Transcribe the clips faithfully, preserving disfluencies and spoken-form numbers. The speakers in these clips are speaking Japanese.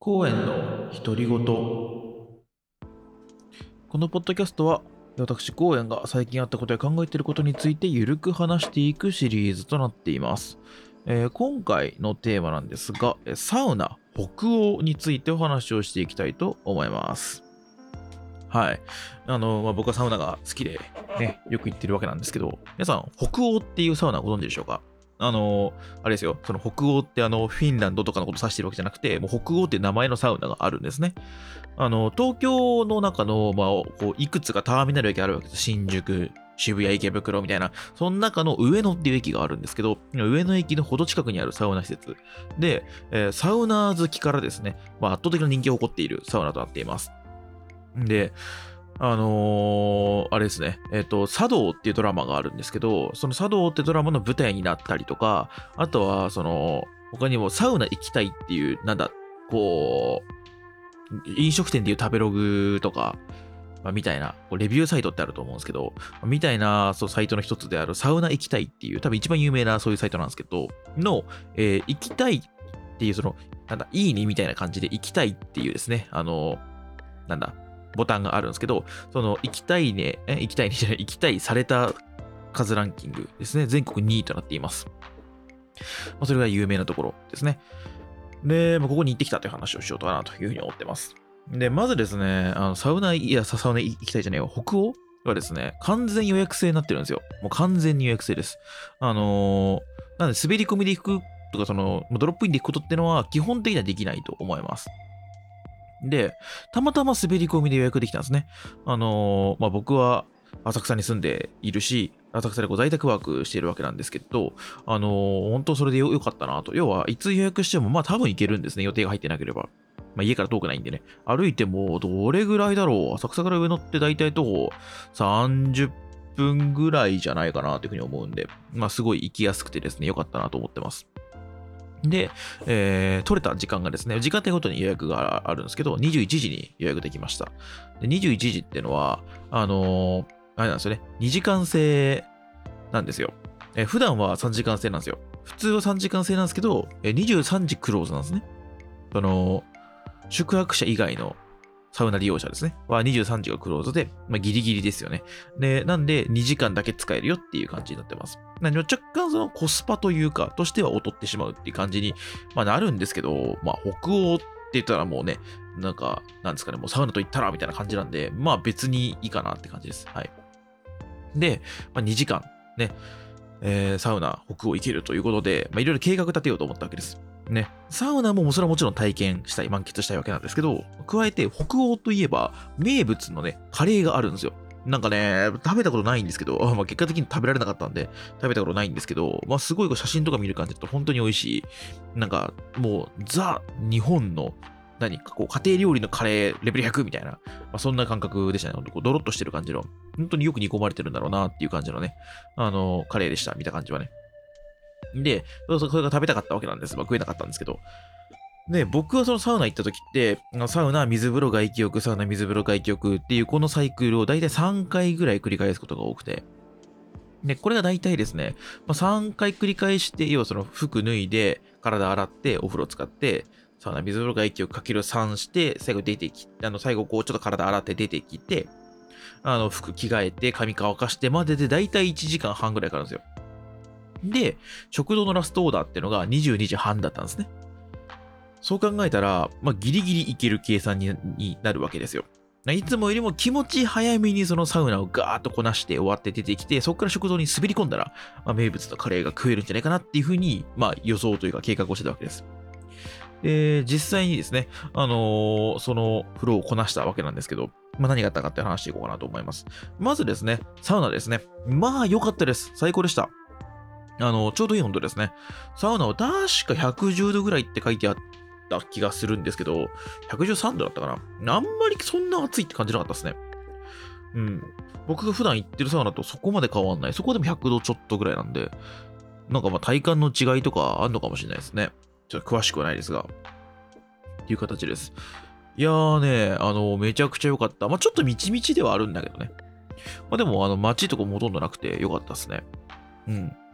公園の独り言。このポッドキャストは私公園が最近あったことや考えていることについてゆるく話していくシリーズとなっています。えー今回のテーマなんですが、えサウナ北欧についてお話をしていきたいと思います。はい。あの、まあ、僕はサウナが好きで、ね、よく行ってるわけなんですけど、皆さん、北欧っていうサウナご存知でしょうか？あの、あれですよ、その北欧ってあの、フィンランドとかのことを指してるわけじゃなくて、もう北欧っていう名前のサウナがあるんですね。あの、東京の中の、まあ、こういくつかターミナル駅あるわけです。新宿、渋谷、池袋みたいな、その中の上野っていう駅があるんですけど、上野駅のほど近くにあるサウナ施設で、えーサウナー好きからですね、まあ、圧倒的な人気を誇っているサウナとなっています。で、あのーあれですね、えっ、と、茶道っていうドラマがあるんですけど、その茶道ってドラマの舞台になったりとか、あとは、その、他にもサウナ行きたいっていう、なんだ、こう、飲食店でいう食べログとか、まあ、みたいな、こうレビューサイトってあると思うんですけど、みたいなそうサイトの一つであるサウナ行きたいっていう、多分一番有名なそういうサイトなんですけど、の、えー行きたいっていう、その、なんだ、いいねみたいな感じで行きたいっていうですね、あの、なんだ、ボタンがあるんですけど、その、行きたいね、え、行きたいねじゃない、行きたいされた数ランキングですね、全国にいとなっています。まあ、それが有名なところですね。で、まあ、ここに行ってきたという話をしようかなというふうに思ってます。で、まずですね、あのサウナ、いや、ササウナ行きたいじゃねえよ、北欧はですね、完全予約制になってるんですよ。もう完全に予約制です。あのーなんで滑り込みで行くとか、その、ドロップインで行くことってのは基本的にはできないと思います。で、たまたま滑り込みで予約できたんですね。あのーまあ、僕は浅草に住んでいるし、浅草でこう在宅ワークしているわけなんですけど、あのー本当それでよよかったなと。要は、いつ予約しても、まあ多分行けるんですね。予定が入ってなければ。まあ家から遠くないんでね。歩いても、どれぐらいだろう。浅草から上野って大体徒歩さんじゅっぷんぐらいじゃないかなというふうに思うんで、まあすごい行きやすくてですね、よかったなと思ってます。で、えー取れた時間がですね、時間帯ごとに予約があるんですけど、にじゅういちじに予約できました。でにじゅういちじっていうのは、あのーあれなんですよね、にじかん制なんですよ。えー普段はさんじかん制なんですよ。普通はさんじかん制なんですけど、えーにじゅうさんじクローズなんですね。その、宿泊者以外のサウナ利用者ですね。はにじゅうさんじがクローズで、まあ、ギリギリですよね。で、なんでにじかんだけ使えるよっていう感じになってます。なので若干そのコスパというか、としては劣ってしまうっていう感じに、まあ、なるんですけど、まあ、北欧って言ったらもうね、なんか、なんですかね、もうサウナと言ったらみたいな感じなんで、まあ別にいいかなって感じです。はい。で、まあ、にじかんね、えーサウナ、北欧行けるということで、まあ、いろいろ計画立てようと思ったわけです。ね。サウナもそれはもちろん体験したい、満喫したいわけなんですけど、加えて北欧といえば名物のね、カレーがあるんですよ。なんかね、食べたことないんですけど、まあ、結果的に食べられなかったんで、食べたことないんですけど、まあ、すごいこう写真とか見る感じだと本当に美味しい。なんか、もう、ザ・日本の、何かこう、家庭料理のカレーレベルひゃくみたいな、まあ、そんな感覚でしたね。ほんとこうドロッとしてる感じの、本当によく煮込まれてるんだろうなっていう感じのね、あの、カレーでした。見た感じはね。で、そうそうそれが食べたかったわけなんです。まあ、食えなかったんですけど。で、僕はそのサウナ行った時って、サウナ、水風呂、外気浴、サウナ、水風呂、外気浴っていうこのサイクルをだいたいさんかいぐらい繰り返すことが多くて。で、これが大体ですね、まあ、さんかい繰り返して、要はその服脱いで、体洗って、お風呂使って、サウナ、水風呂、外気浴かけるさんして、最後出てきて、あの、最後こうちょっと体洗って出てきて、あの、服着替えて、髪乾かしてまでで大体いちじかんはんぐらいかかるんですよ。で、食堂のラストオーダーっていうのがにじゅうにじはんだったんですね。そう考えたら、まあ、ギリギリいける計算にになるわけですよ。いつもよりも気持ち早めにそのサウナをガーッとこなして終わって出てきて、そこから食堂に滑り込んだら、まあ、名物のカレーが食えるんじゃないかなっていうふうに、まあ、予想というか計画をしてたわけです。で、実際にですね、あのーその風呂をこなしたわけなんですけど、まあ、何があったかって話していこうかなと思います。まずですね、サウナですね。まあ、良かったです。最高でした。あの、ちょうどいい温度ですね。サウナは確かひゃくじゅうどぐらいって書いてあった気がするんですけど、ひゃくじゅうさんどだったかな。あんまりそんな暑いって感じなかったですね。うん。僕が普段行ってるサウナとそこまで変わんない。そこでもひゃくどちょっとぐらいなんで、なんかまあ体感の違いとかあんのかもしれないですね。ちょっと詳しくはないですが。っていう形です。いやーね、あの、めちゃくちゃ良かった。まあちょっとみちみちではあるんだけどね。まあでも、あの、街とかもほとんどなくて良かったですね。うん。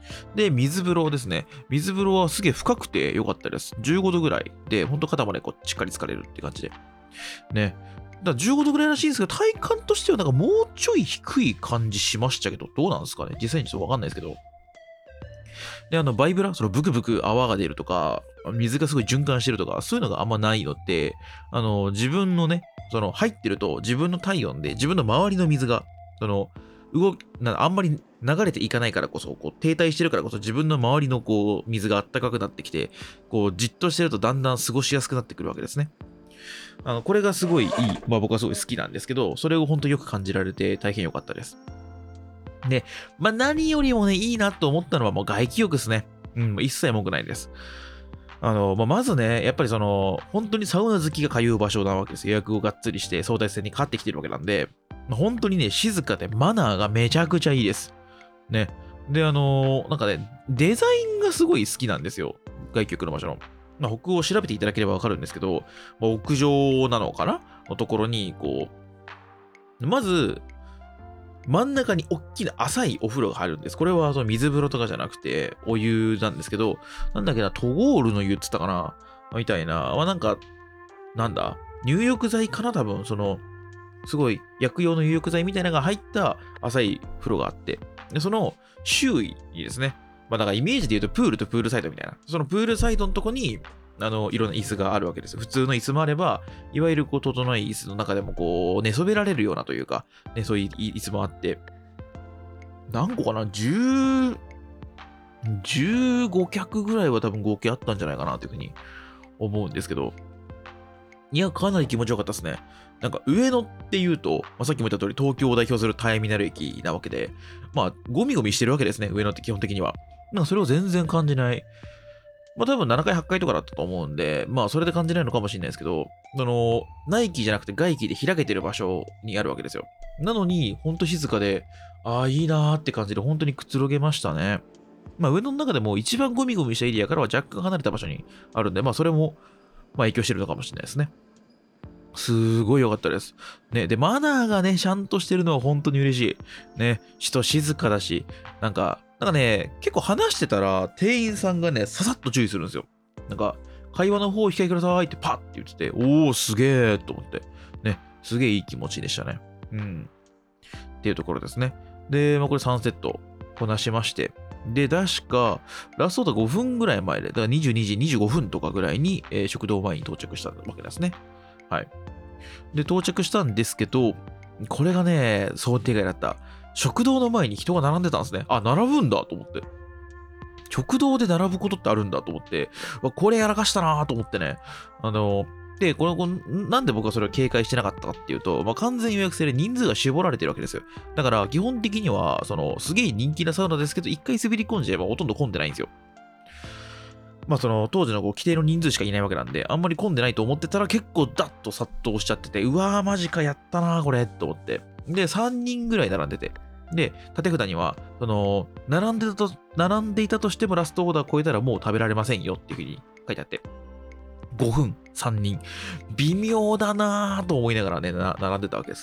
で、水風呂ですね。水風呂はすげえ深くて良かったです。じゅうごどぐらいで、ほんと肩までこうしっかり浸かれるって感じで。ね。だからじゅうごどぐらいらしいんですけど、体感としてはなんかもうちょい低い感じしましたけど、どうなんですかね。実際にちょっとわかんないですけど。で、あの、バイブラ、そのブクブク泡が出るとか、水がすごい循環してるとか、そういうのがあんまないのって、あの、自分のね、その入ってると自分の体温で自分の周りの水が、その、動き、なあんまり流れていかないからこそ、こう停滞してるからこそ自分の周りのこう水が暖かくなってきて、こうじっとしてるとだんだん過ごしやすくなってくるわけですね。あの、これがすごいいい。まあ僕はすごい好きなんですけど、それを本当によく感じられて大変良かったです。で、まあ何よりもね、いいなと思ったのはもう外気浴ですね。うん、一切文句ないです。あの、まあ、まずね、やっぱりその、本当にサウナ好きが通う場所なわけです。予約をがっつりして相対戦に勝ってきてるわけなんで、まあ本当にね、静かでマナーがめちゃくちゃいいです。ね。で、あのーなんかね、デザインがすごい好きなんですよ。外気浴の場所の。まあ、北欧を調べていただければわかるんですけど、まあ、屋上なのかなのところに、こう、まず、真ん中に大きな浅いお風呂が入るんです。これはその水風呂とかじゃなくて、お湯なんですけど、なんだっけな、トゴールの湯って言ったかなみたいな。まあ、なんか、なんだ入浴剤かな多分、その、すごい薬用の入浴剤みたいなのが入った浅い風呂があって、でその周囲にですね、まあだからイメージで言うとプールとプールサイドみたいな、そのプールサイドのとこに、あの、いろんな椅子があるわけです。普通の椅子もあれば、いわゆるこう、整い椅子の中でもこう、寝そべられるようなというか、ね、そういう椅子もあって、何個かな ?じゅう、じゅうご脚ぐらいは多分合計あったんじゃないかなというふうに思うんですけど、いや、かなり気持ちよかったですね。なんか上野っていうと、まあ、さっきも言った通り東京を代表するターミナル駅なわけで、まあ、ゴミゴミしてるわけですね、上野って基本的には。なんかそれを全然感じない。まあ多分ななかい、はちかいとかだったと思うんで、まあそれで感じないのかもしれないですけど、その、内気じゃなくて外気で開けてる場所にあるわけですよ。なのに、ほんと静かで、ああ、いいなーって感じで、本当にくつろげましたね。まあ上野の中でも一番ゴミゴミしたエリアからは若干離れた場所にあるんで、まあそれも、まあ影響してるのかもしれないですね。すごい良かったです。ね、で、マナーがね、ちゃんとしてるのは本当に嬉しい。ね、人静かだし、なんか、なんかね、結構話してたら、店員さんがね、ささっと注意するんですよ。なんか、会話の方を控えくださいってパッて言ってて、おー、すげーと思って、ね、すげーいい気持ちでしたね。うん。っていうところですね。で、まあ、これさんセットこなしまして、で、確か、ラストオーダーごふんぐらい前で、だからにじゅうにじにじゅうごふんとかぐらいに、えー食堂前に到着したわけですね。はい。で、到着したんですけど、これがね、想定外だった。食堂の前に人が並んでたんですね。あ、並ぶんだと思って。食堂で並ぶことってあるんだと思って、わこれやらかしたなと思ってね。あの、で、これ、このなんで僕はそれを警戒してなかったかっていうと、まあ、完全予約制で人数が絞られてるわけですよ。だから、基本的には、その、すげえ人気なサウナですけど、一回滑り込んじゃえばほとんど混んでないんですよ。まあその当時のこう規定の人数しかいないわけなんで、あんまり混んでないと思ってたら結構ダッと殺到しちゃってて、うわーマジかやったなーこれと思って。で、さんにんぐらい並んでて。で、縦札には、その、並んでたと、並んでいたとしてもラストオーダー超えたらもう食べられませんよっていう風に書いてあって。ごふん、さんにん。微妙だなーと思いながらね、な並んでたわけです。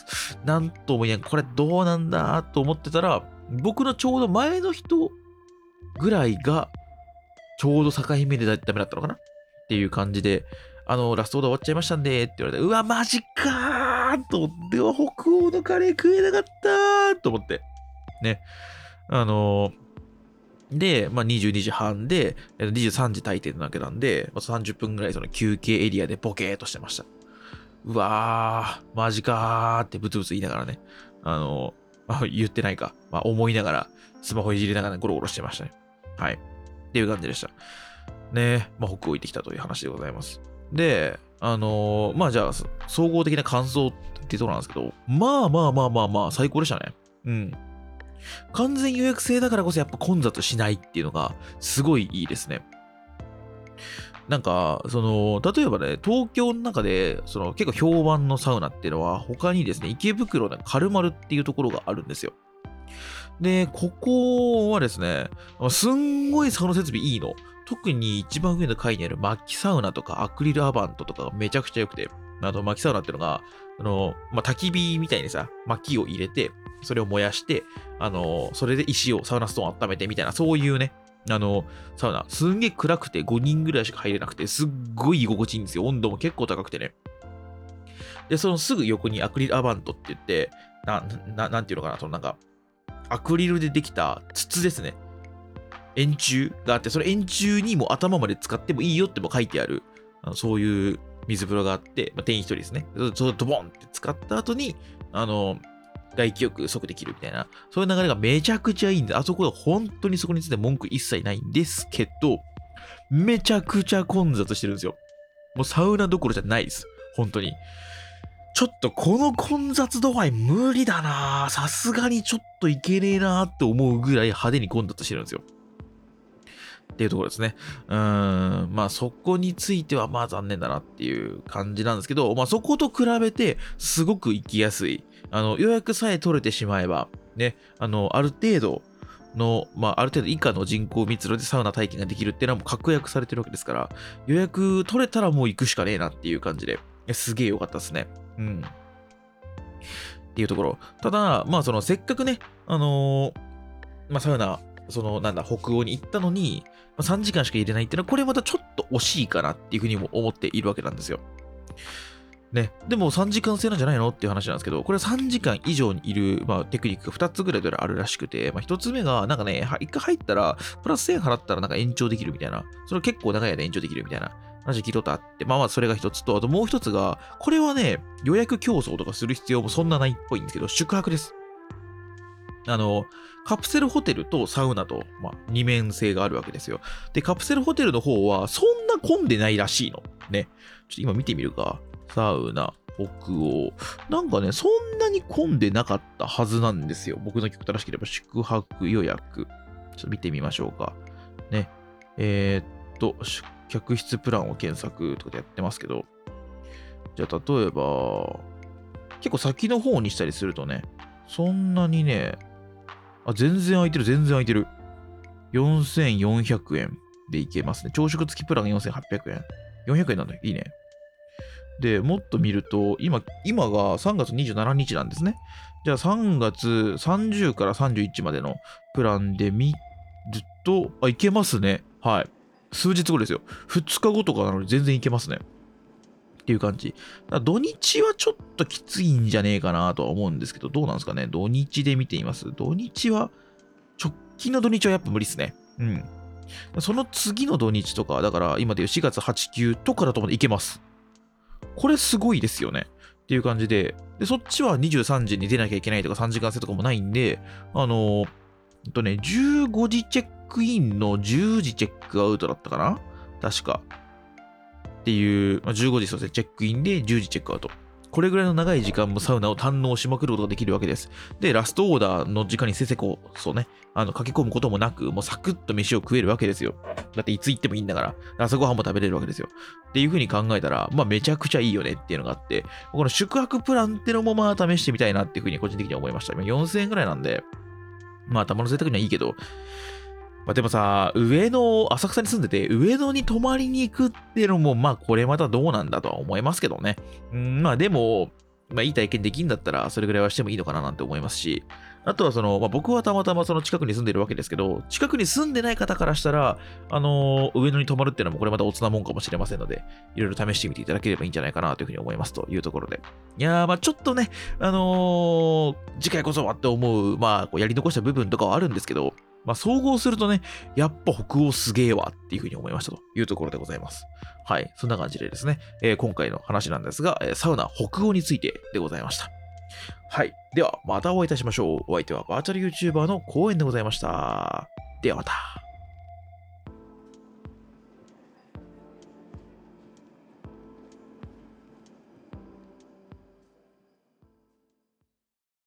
なんと思いながら、これどうなんだーと思ってたら、僕のちょうど前の人ぐらいが、ちょうど境目でダメだったのかなっていう感じで、あの、ラストオーダー終わっちゃいましたんで、って言われて、うわ、マジかーと思って、うわ、北欧のカレー食えなかったーと思って。ね。あのー、で、まあ、にじゅうにじはんで、にじゅうさんじ退店なわけなんで、まあ、さんじゅっぷんぐらいその休憩エリアでボケーっとしてました。うわー、マジかーってブツブツ言いながらね、あのー、あ言ってないか、まあ、思いながら、スマホいじりながらゴロゴロしてましたね。はい。っていう感じでした。ね、まあ、北欧行ってきたという話でございます。で、あのー、まあじゃあ、総合的な感想ってところなんですけど、まあまあまあまあまあ、最高でしたね。うん。完全予約制だからこそやっぱ混雑しないっていうのが、すごいいいですね。なんか、その、例えばね、東京の中で、その結構評判のサウナっていうのは、他にですね、池袋のカルマルっていうところがあるんですよ。で、ここはですね、すんごいサウナ設備いいの。特に一番上の階にある末期サウナとかアクリルアバントとかがめちゃくちゃ良くて。 あの、薪サウナっていうのが、あの、まあ、焚き火みたいにさ、薪を入れて、それを燃やして、あの、それで石を、サウナストーンを温めてみたいな、そういうね、あの、サウナ、すんげえ暗くてごにんぐらいしか入れなくて、すっごい居心地いいんですよ。温度も結構高くてね。で、そのすぐ横にアクリルアバントって言って、な、ななんていうのかな、そのなんか、アクリルでできた筒ですね。円柱があって、その円柱にも頭まで使ってもいいよっても書いてある、あのそういう水風呂があって、まあ、店員一人ですね。それドボンって使った後に、あの、外気浴即できるみたいな、そういう流れがめちゃくちゃいいんで、あそこで本当にそこについて文句一切ないんですけど、めちゃくちゃ混雑してるんですよ。もうサウナどころじゃないです。本当に。ちょっとこの混雑度合い無理だなぁ。さすがにちょっといけねえなーって思うぐらい派手に混雑してるんですよ。っていうところですね。うーん、まあそこについてはまあ残念だなっていう感じなんですけど、まあそこと比べてすごく行きやすい。あの、予約さえ取れてしまえば、ね、あの、ある程度の、まあある程度以下の人口密度でサウナ体験ができるっていうのはもう確約されてるわけですから、予約取れたらもう行くしかねえなっていう感じで、すげえ良かったですね。うん。っていうところ。ただ、まあそのせっかくね、あのーまあサウナ、そのなんだ、北欧に行ったのに、まあ、さんじかんしか入れないっていうのは、これまたちょっと惜しいかなっていうふうにも思っているわけなんですよ。ね。でもさんじかん制なんじゃないのっていう話なんですけど、これさんじかん以上にいる、まあ、テクニックがふたつぐらいであるらしくて、まあ、ひとつめが、なんかね、いっかい入ったら、プラスせん払ったらなんか延長できるみたいな、それ結構長い間延長できるみたいな話聞いたことあって、まあまあそれがひとつと、あともうひとつが、これはね、予約競争とかする必要もそんなないっぽいんですけど、宿泊です。あの、カプセルホテルとサウナと、まあ、二面性があるわけですよ。で、カプセルホテルの方は、そんな混んでないらしいの。ね。ちょっと今見てみるか。サウナ、北欧。なんかね、そんなに混んでなかったはずなんですよ。僕の記憶正しければ、宿泊予約。ちょっと見てみましょうか。ね。えー、っと、客室プランを検索とかでやってますけど。じゃあ、例えば、結構先の方にしたりするとね、そんなにね、あ、全然空いてる、全然空いてる。よんせんよんひゃくえんでいけますね。朝食付きプランがよんせんはっぴゃくえん。よんひゃくえんなんだ。いいね。で、もっと見ると、今、今がさんがつにじゅうしちにちなんですね。じゃあさんがつさんじゅうからさんじゅういちまでのプランで見ると、あ、いけますね。はい。数日後ですよ。ふつかごとかなのに全然いけますね。っていう感じ。土日はちょっときついんじゃねえかなとは思うんですけど、どうなんですかね。土日で見ています。土日は、直近の土日はやっぱ無理っすね。うん。その次の土日とか、だから今でいうしがつはち、きゅうとかだと思っていけます。これすごいですよね。っていう感じで、で、そっちはにじゅうさんじに出なきゃいけないとかさんじかん制とかもないんで、あのー、えっとね、じゅうごじチェックインのじゅうじチェックアウトだったかな確か。っていう、まあ、じゅうごじそうですね、チェックインでじゅうじチェックアウト。これぐらいの長い時間もサウナを堪能しまくることができるわけです。で、ラストオーダーの時間にせせこそね、あの、駆け込むこともなく、もうサクッと飯を食えるわけですよ。だっていつ行ってもいいんだから、朝ごはんも食べれるわけですよ。っていう風に考えたら、まあめちゃくちゃいいよねっていうのがあって、この宿泊プランってのもまあ試してみたいなっていう風に個人的には思いました。今よんせんえんぐらいなんで、まあ頭の贅沢にはいいけど、まあ、でもさ、上野、浅草に住んでて、上野に泊まりに行くっていうのも、まあこれまたどうなんだとは思いますけどね。うん、まあでも、まあいい体験できんだったら、それぐらいはしてもいいのかななんて思いますし、あとはその、まあ僕はたまたまその近くに住んでるわけですけど、近くに住んでない方からしたら、あのー、上野に泊まるっていうのもこれまたおつなもんかもしれませんので、いろいろ試してみていただければいいんじゃないかなというふうに思いますというところで。いやー、まあちょっとね、あのー、次回こそはって思う、まあこうやり残した部分とかはあるんですけど、まあ、総合するとね、やっぱ北欧すげえわっていうふうに思いましたというところでございます。はい。そんな感じでですね、えー、今回の話なんですが、えー、サウナ北欧についてでございました。はい。では、またお会いいたしましょう。お相手はバーチャル YouTuber の公園でございました。ではまた。